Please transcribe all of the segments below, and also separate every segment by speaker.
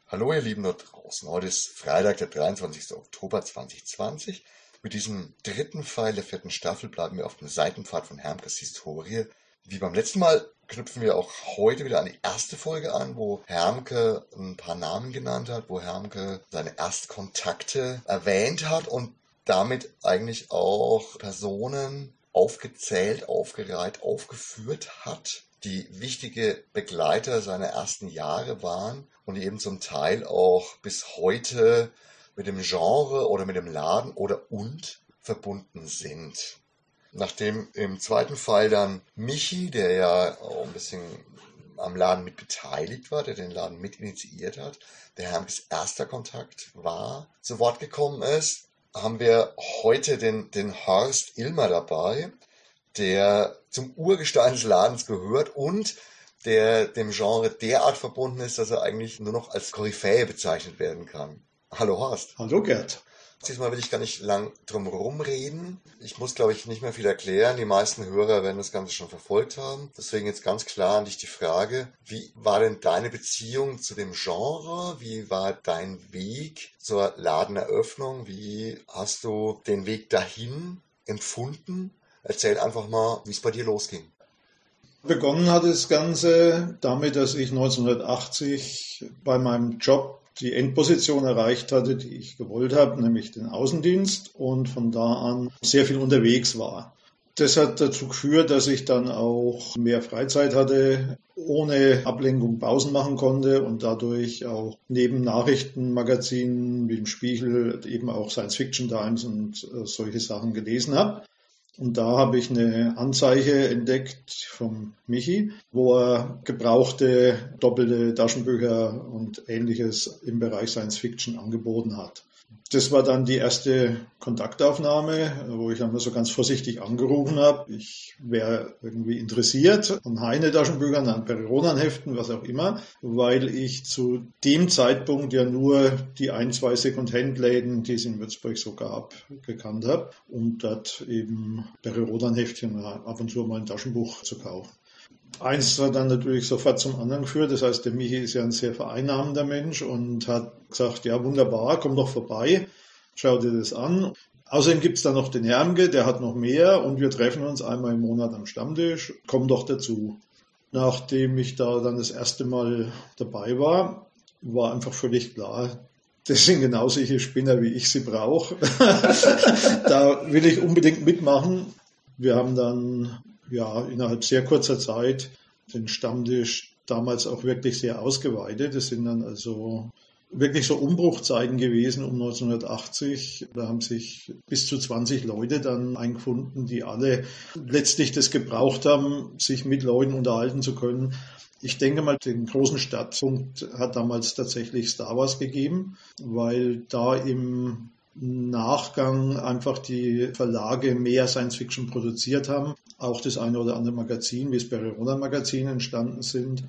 Speaker 1: Hallo ihr Lieben dort draußen, heute ist Freitag, der 23. Oktober 2020. Mit diesem dritten Pfeil der vierten Staffel bleiben wir auf dem Seitenpfad von Hermkes Historie. Wie beim letzten Mal knüpfen wir auch heute wieder an die erste Folge an, wo Hermke ein paar Namen genannt hat, wo Hermke seine Erstkontakte erwähnt hat und damit eigentlich auch Personen aufgezählt, aufgereiht, aufgeführt hat, die wichtige Begleiter seiner ersten Jahre waren und die eben zum Teil auch bis heute mit dem Genre oder mit dem Laden und verbunden sind. Nachdem im zweiten Fall dann Michi, der ja auch ein bisschen am Laden mit beteiligt war, der den Laden mit initiiert hat, der Hermkes erster Kontakt war, zu Wort gekommen ist, haben wir heute den Horst Illmer dabei, der zum Urgestein des Ladens gehört und der dem Genre derart verbunden ist, dass er eigentlich nur noch als Koryphäe bezeichnet werden kann. Hallo Horst.
Speaker 2: Hallo Gerd.
Speaker 1: Diesmal will ich gar nicht lang drum herum reden. Ich muss, glaube ich, nicht mehr viel erklären. Die meisten Hörer werden das Ganze schon verfolgt haben. Deswegen jetzt ganz klar an dich die Frage, wie war denn deine Beziehung zu dem Genre? Wie war dein Weg zur Ladeneröffnung? Wie hast du den Weg dahin empfunden? Erzähl einfach mal, wie es bei dir losging.
Speaker 2: Begonnen hat das Ganze damit, dass ich 1980 bei meinem Job die Endposition erreicht hatte, die ich gewollt habe, nämlich den Außendienst, und von da an sehr viel unterwegs war. Das hat dazu geführt, dass ich dann auch mehr Freizeit hatte, ohne Ablenkung Pausen machen konnte und dadurch auch neben Nachrichtenmagazinen wie dem Spiegel eben auch Science Fiction Times und solche Sachen gelesen habe. Und da habe ich eine Anzeige entdeckt vom Michi, wo er gebrauchte doppelte Taschenbücher und Ähnliches im Bereich Science Fiction angeboten hat. Das war dann die erste Kontaktaufnahme, wo ich einmal so ganz vorsichtig angerufen habe. Ich wäre irgendwie interessiert an Heine-Taschenbüchern, an Perry-Rhodan-Heften, was auch immer, weil ich zu dem Zeitpunkt ja nur die 1-2 Second-Hand-Läden, die es in Würzburg so gab, gekannt habe, um dort eben Perry-Rhodan-Heftchen ab und zu mal ein Taschenbuch zu kaufen. Eins hat dann natürlich sofort zum anderen geführt. Das heißt, der Michi ist ja ein sehr vereinnahmender Mensch und hat gesagt, ja wunderbar, komm doch vorbei, schau dir das an. Außerdem gibt es dann noch den Hermke, der hat noch mehr und wir treffen uns einmal im Monat am Stammtisch, komm doch dazu. Nachdem ich da dann das erste Mal dabei war, war einfach völlig klar, das sind genau solche Spinner, wie ich sie brauche. Da will ich unbedingt mitmachen. Wir haben dann innerhalb sehr kurzer Zeit den Stammtisch damals auch wirklich sehr ausgeweitet. Das sind dann also wirklich so Umbruchzeiten gewesen um 1980. Da haben sich bis zu 20 Leute dann eingefunden, die alle letztlich das gebraucht haben, sich mit Leuten unterhalten zu können. Ich denke mal, den großen Startpunkt hat damals tatsächlich Star Wars gegeben, weil da im Nachgang einfach die Verlage mehr Science-Fiction produziert haben. Auch das eine oder andere Magazin, wie das Perry-Rhodan-Magazin entstanden sind.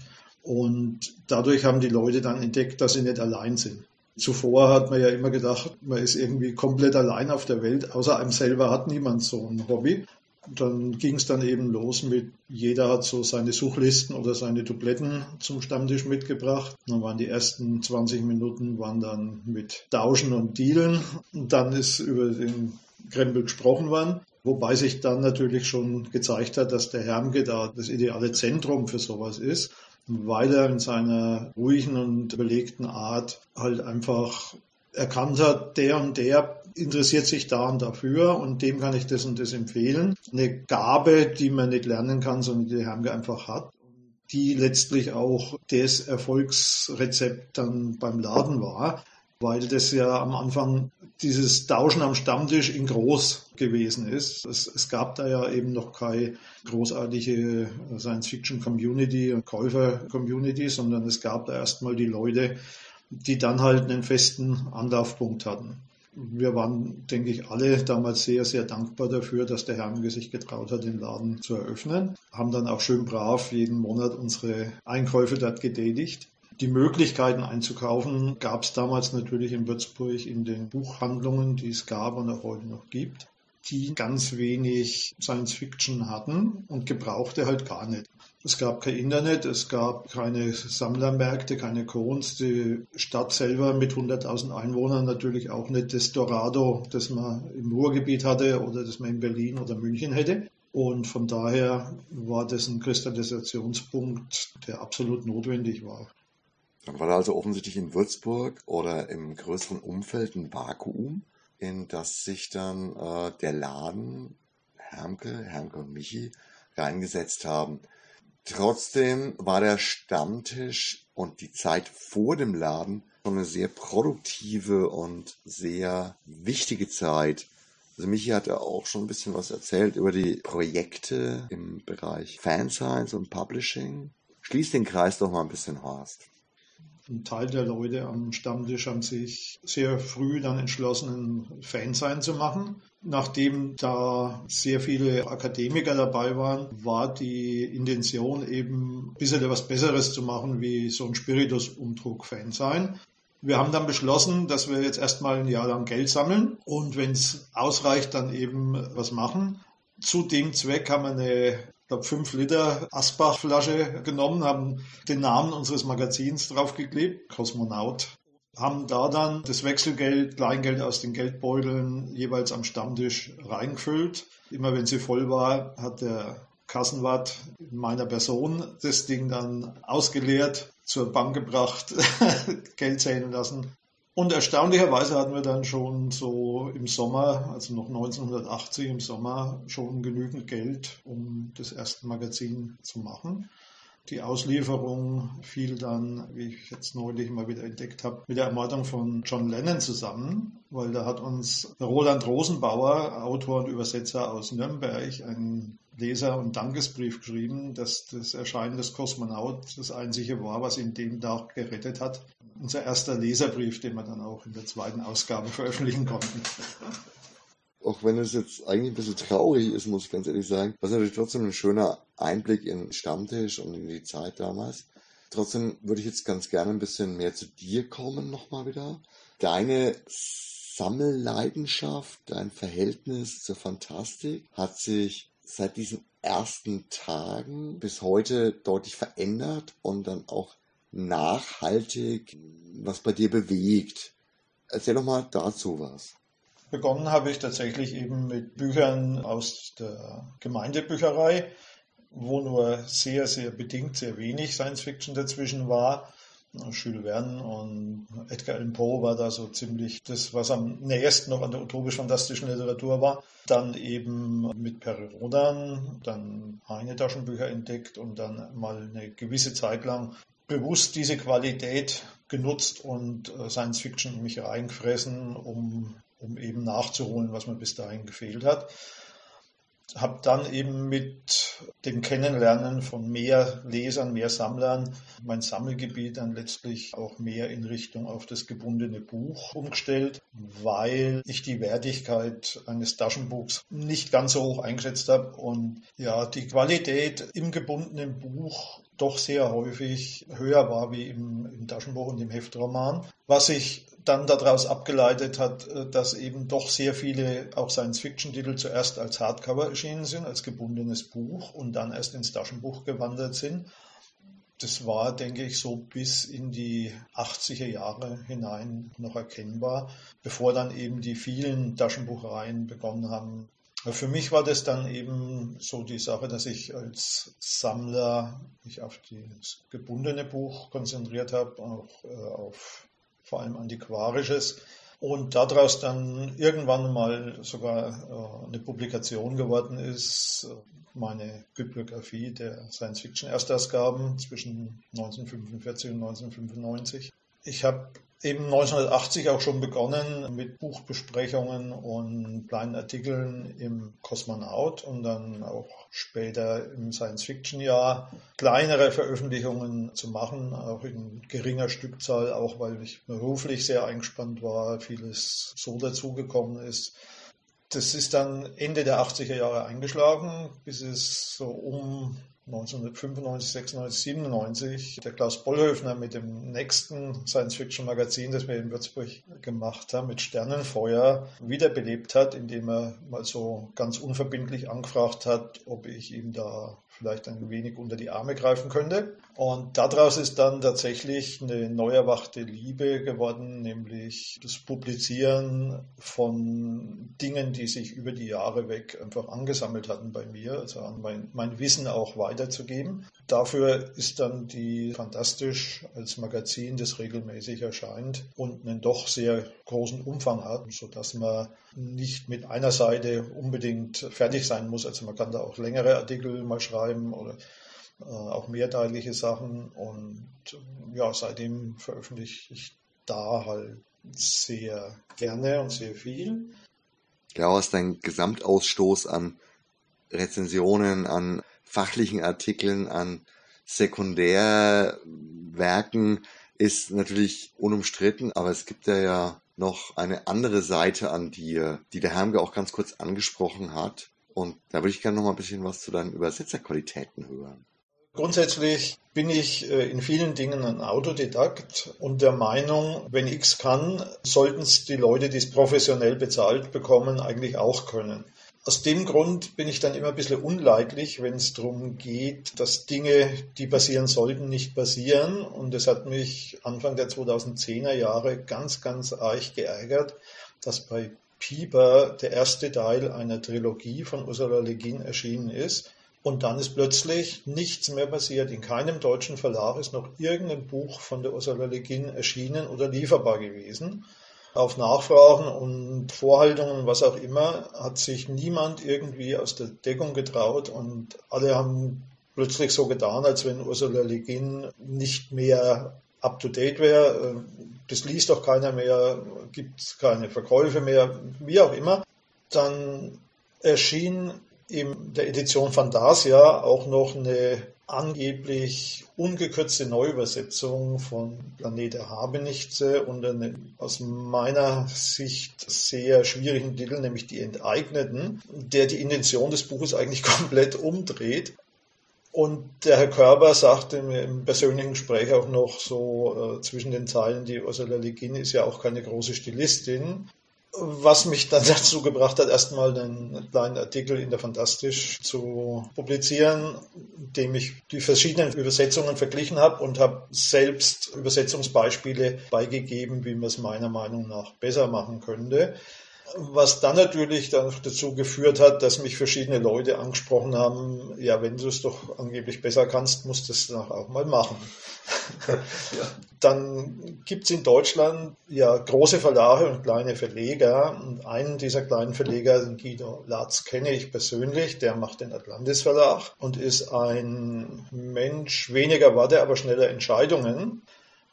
Speaker 2: Und dadurch haben die Leute dann entdeckt, dass sie nicht allein sind. Zuvor hat man ja immer gedacht, man ist irgendwie komplett allein auf der Welt. Außer einem selber hat niemand so ein Hobby. Dann ging es dann eben los mit, jeder hat so seine Suchlisten oder seine Dubletten zum Stammtisch mitgebracht. Dann waren die ersten 20 Minuten waren dann mit Tauschen und Dealen. Und dann ist über den Krempel gesprochen worden. Wobei sich dann natürlich schon gezeigt hat, dass der Hermke da das ideale Zentrum für sowas ist, weil er in seiner ruhigen und überlegten Art halt einfach erkannt hat, der und der interessiert sich da und dafür und dem kann ich das und das empfehlen. Eine Gabe, die man nicht lernen kann, sondern die Hermke einfach hat, die letztlich auch das Erfolgsrezept dann beim Laden war, weil das ja am Anfang dieses Tauschen am Stammtisch in groß gewesen ist. Es gab da ja eben noch keine großartige Science-Fiction-Community und Käufer-Community, sondern es gab da erstmal die Leute, die dann halt einen festen Anlaufpunkt hatten. Wir waren, denke ich, alle damals sehr, sehr dankbar dafür, dass der Hermke sich getraut hat, den Laden zu eröffnen. Haben dann auch schön brav jeden Monat unsere Einkäufe dort getätigt. Die Möglichkeiten einzukaufen gab es damals natürlich in Würzburg in den Buchhandlungen, die es gab und auch heute noch gibt, die ganz wenig Science Fiction hatten und gebrauchte halt gar nicht. Es gab kein Internet, es gab keine Sammlermärkte, keine Cons. Die Stadt selber mit 100.000 Einwohnern natürlich auch nicht das Dorado, das man im Ruhrgebiet hatte oder das man in Berlin oder München hätte. Und von daher war das ein Kristallisationspunkt, der absolut notwendig war.
Speaker 1: Dann war da also offensichtlich in Würzburg oder im größeren Umfeld ein Vakuum, in das sich dann der Laden, Hermke und Michi, reingesetzt haben. Trotzdem war der Stammtisch und die Zeit vor dem Laden schon eine sehr produktive und sehr wichtige Zeit. Also Michi hat ja auch schon ein bisschen was erzählt über die Projekte im Bereich Fanscience und Publishing. Schließ den Kreis doch mal ein bisschen, Horst.
Speaker 2: Ein Teil der Leute am Stammtisch haben sich sehr früh dann entschlossen, ein Fansein zu machen. Nachdem da sehr viele Akademiker dabei waren, war die Intention eben ein bisschen was Besseres zu machen wie so ein Spiritus-Umdruck-Fansein. Wir haben dann beschlossen, dass wir jetzt erstmal ein Jahr lang Geld sammeln und wenn es ausreicht, dann eben was machen. Zu dem Zweck haben wir eine 5 Liter Asbach-Flasche genommen, haben den Namen unseres Magazins draufgeklebt, Kosmonaut. Haben da dann das Wechselgeld, Kleingeld aus den Geldbeuteln jeweils am Stammtisch reingefüllt. Immer wenn sie voll war, hat der Kassenwart in meiner Person das Ding dann ausgeleert, zur Bank gebracht, Geld zählen lassen. Und erstaunlicherweise hatten wir dann schon so im Sommer, also noch 1980 im Sommer, schon genügend Geld, um das erste Magazin zu machen. Die Auslieferung fiel dann, wie ich jetzt neulich mal wieder entdeckt habe, mit der Ermordung von John Lennon zusammen, weil da hat uns Roland Rosenbauer, Autor und Übersetzer aus Nürnberg, einen Leser- und Dankesbrief geschrieben, dass das Erscheinen des Kosmonaut das einzige war, was ihn dem Tag gerettet hat. Unser erster Leserbrief, den wir dann auch in der zweiten Ausgabe veröffentlichen konnten.
Speaker 1: Auch wenn es jetzt eigentlich ein bisschen traurig ist, muss ich ganz ehrlich sagen, war es natürlich trotzdem ein schöner Einblick in den Stammtisch und in die Zeit damals. Trotzdem würde ich jetzt ganz gerne ein bisschen mehr zu dir kommen nochmal wieder. Deine Sammelleidenschaft, dein Verhältnis zur Fantastik hat sich seit diesen ersten Tagen bis heute deutlich verändert und dann auch nachhaltig was bei dir bewegt. Erzähl doch mal dazu was.
Speaker 2: Begonnen habe ich tatsächlich eben mit Büchern aus der Gemeindebücherei, wo nur sehr, sehr bedingt, sehr wenig Science-Fiction dazwischen war. Jules Verne und Edgar Allan Poe war da so ziemlich das, was am nächsten noch an der utopisch-fantastischen Literatur war. Dann eben mit Perry Rhodan, dann eine Taschenbücher entdeckt und dann mal eine gewisse Zeit lang bewusst diese Qualität genutzt und Science-Fiction in mich reingefressen, um eben nachzuholen, was mir bis dahin gefehlt hat. Habe dann eben mit dem Kennenlernen von mehr Lesern, mehr Sammlern mein Sammelgebiet dann letztlich auch mehr in Richtung auf das gebundene Buch umgestellt, weil ich die Wertigkeit eines Taschenbuchs nicht ganz so hoch eingeschätzt habe und ja, die Qualität im gebundenen Buch doch sehr häufig höher war wie im Taschenbuch und im Heftroman, was ich dann daraus abgeleitet hat, dass eben doch sehr viele auch Science-Fiction-Titel zuerst als Hardcover erschienen sind, als gebundenes Buch und dann erst ins Taschenbuch gewandert sind. Das war, denke ich, so bis in die 80er Jahre hinein noch erkennbar, bevor dann eben die vielen Taschenbuchereien begonnen haben. Für mich war das dann eben so die Sache, dass ich als Sammler mich auf das gebundene Buch konzentriert habe, auch auf vor allem Antiquarisches. Und daraus dann irgendwann mal sogar eine Publikation geworden ist, meine Bibliografie der Science-Fiction-Erstausgaben zwischen 1945 und 1995. Ich habe eben 1980 auch schon begonnen mit Buchbesprechungen und kleinen Artikeln im Kosmonaut und dann auch später im Science-Fiction-Jahr kleinere Veröffentlichungen zu machen, auch in geringer Stückzahl, auch weil ich beruflich sehr eingespannt war, vieles so dazugekommen ist. Das ist dann Ende der 80er Jahre eingeschlagen, bis es so um 1995, 96, 97 der Klaus Bollhöfner mit dem nächsten Science-Fiction-Magazin, das wir in Würzburg gemacht haben, mit Sternenfeuer, wiederbelebt hat, indem er mal so ganz unverbindlich angefragt hat, ob ich ihm da vielleicht ein wenig unter die Arme greifen könnte. Und daraus ist dann tatsächlich eine neu erwachte Liebe geworden, nämlich das Publizieren von Dingen, die sich über die Jahre weg einfach angesammelt hatten bei mir, also an mein Wissen auch weiterzugeben. Dafür ist dann die Fantastisch als Magazin, das regelmäßig erscheint und einen doch sehr großen Umfang hat, sodass man nicht mit einer Seite unbedingt fertig sein muss. Also man kann da auch längere Artikel mal schreiben oder auch mehrteilige Sachen. Und ja, seitdem veröffentliche ich da halt sehr gerne und sehr viel.
Speaker 1: Ja, was dein Gesamtausstoß an Rezensionen, an fachlichen Artikeln, an Sekundärwerken ist natürlich unumstritten, aber es gibt ja noch eine andere Seite an dir, die der Hermke auch ganz kurz angesprochen hat. Und da würde ich gerne noch mal ein bisschen was zu deinen Übersetzerqualitäten hören.
Speaker 2: Grundsätzlich bin ich in vielen Dingen ein Autodidakt und der Meinung, wenn ich es kann, sollten es die Leute, die es professionell bezahlt bekommen, eigentlich auch können. Aus dem Grund bin ich dann immer ein bisschen unleidlich, wenn es darum geht, dass Dinge, die passieren sollten, nicht passieren. Und es hat mich Anfang der 2010er Jahre ganz, ganz arg geärgert, dass bei Piper der erste Teil einer Trilogie von Ursula Le Guin erschienen ist. Und dann ist plötzlich nichts mehr passiert. In keinem deutschen Verlag ist noch irgendein Buch von der Ursula Le Guin erschienen oder lieferbar gewesen. Auf Nachfragen und Vorhaltungen, was auch immer, hat sich niemand irgendwie aus der Deckung getraut und alle haben plötzlich so getan, als wenn Ursula Le Guin nicht mehr up-to-date wäre. Das liest doch keiner mehr, gibt keine Verkäufe mehr, wie auch immer. Dann erschien in der Edition Fantasia auch noch eine angeblich ungekürzte Neuübersetzung von Planet der Habenichtse und einen aus meiner Sicht sehr schwierigen Titel, nämlich Die Enteigneten, der die Intention des Buches eigentlich komplett umdreht. Und der Herr Körber sagte mir im persönlichen Gespräch auch noch so zwischen den Zeilen, die Ursula Le Guin ist ja auch keine große Stilistin. Was mich dann dazu gebracht hat, erstmal einen kleinen Artikel in der Fantastisch zu publizieren, in dem ich die verschiedenen Übersetzungen verglichen habe und habe selbst Übersetzungsbeispiele beigegeben, wie man es meiner Meinung nach besser machen könnte. Was dann natürlich dazu geführt hat, dass mich verschiedene Leute angesprochen haben, ja, wenn du es doch angeblich besser kannst, musst du es dann auch mal machen. Ja. Dann gibt es in Deutschland ja große Verlage und kleine Verleger. Und einen dieser kleinen Verleger, den Guido Latz, kenne ich persönlich. Der macht den Atlantis Verlag und ist ein Mensch weniger Worte, aber schneller Entscheidungen.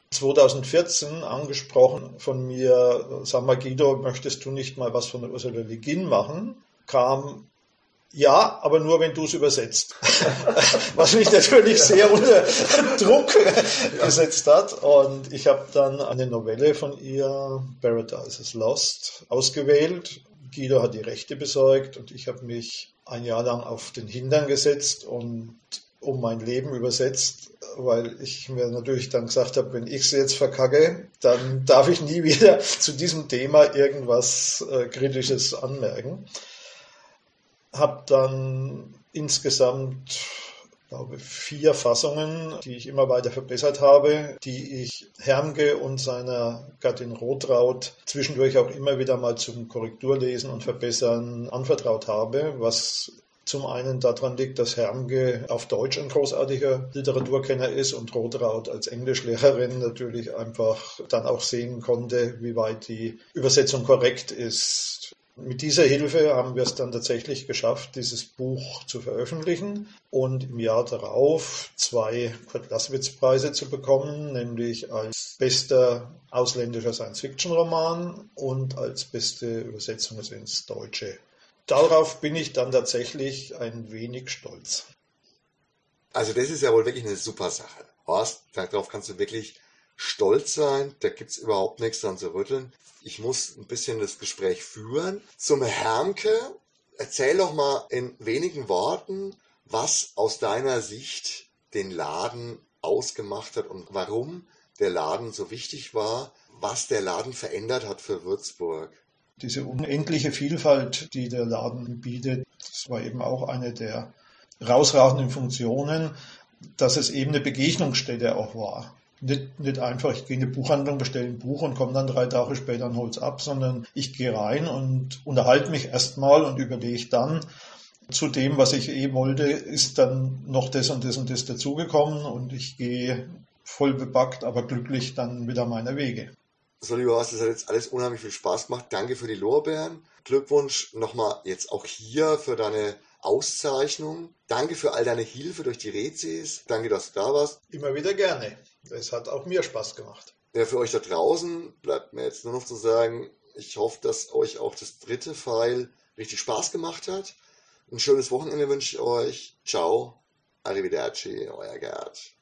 Speaker 2: 2014 angesprochen von mir, sag mal Guido, möchtest du nicht mal was von der Ursula Le Guin machen? Kam, ja, aber nur wenn du es übersetzt. Was mich natürlich sehr unter Druck gesetzt hat. Und ich habe dann eine Novelle von ihr, Paradise is Lost, ausgewählt. Guido hat die Rechte besorgt und ich habe mich ein Jahr lang auf den Hintern gesetzt und um mein Leben übersetzt, weil ich mir natürlich dann gesagt habe, wenn ich es jetzt verkacke, dann darf ich nie wieder zu diesem Thema irgendwas Kritisches anmerken. Habe dann insgesamt, glaube 4 Fassungen, die ich immer weiter verbessert habe, die ich Hermke und seiner Gattin Rotraud zwischendurch auch immer wieder mal zum Korrekturlesen und Verbessern anvertraut habe, was zum einen daran liegt, dass Hermke auf Deutsch ein großartiger Literaturkenner ist und Rotraud als Englischlehrerin natürlich einfach dann auch sehen konnte, wie weit die Übersetzung korrekt ist. Mit dieser Hilfe haben wir es dann tatsächlich geschafft, dieses Buch zu veröffentlichen und im Jahr darauf 2 Kurt-Laßwitz-Preise zu bekommen, nämlich als bester ausländischer Science-Fiction-Roman und als beste Übersetzung ins Deutsche. Darauf bin ich dann tatsächlich ein wenig stolz.
Speaker 1: Also das ist ja wohl wirklich eine super Sache. Horst, darauf kannst du wirklich stolz sein. Da gibt's überhaupt nichts dran zu rütteln. Ich muss ein bisschen das Gespräch führen. Zum Hermke, erzähl doch mal in wenigen Worten, was aus deiner Sicht den Laden ausgemacht hat und warum der Laden so wichtig war, was der Laden verändert hat für Würzburg.
Speaker 2: Diese unendliche Vielfalt, die der Laden bietet, das war eben auch eine der herausragenden Funktionen, dass es eben eine Begegnungsstätte auch war. Nicht einfach, ich gehe in die Buchhandlung, bestelle ein Buch und komme dann 3 Tage später und hol's ab, sondern ich gehe rein und unterhalte mich erstmal und überlege dann, zu dem, was ich wollte, ist dann noch das und das und das dazugekommen und ich gehe voll bepackt, aber glücklich dann wieder meiner Wege.
Speaker 1: So, lieber Horst, das hat jetzt alles unheimlich viel Spaß gemacht. Danke für die Lorbeeren. Glückwunsch nochmal jetzt auch hier für deine Auszeichnung. Danke für all deine Hilfe durch die Rezis. Danke, dass du da warst.
Speaker 2: Immer wieder gerne. Es hat auch mir Spaß gemacht.
Speaker 1: Ja, für euch da draußen bleibt mir jetzt nur noch zu sagen, ich hoffe, dass euch auch das 3. Pfeil richtig Spaß gemacht hat. Ein schönes Wochenende wünsche ich euch. Ciao, arrivederci, euer Gerd.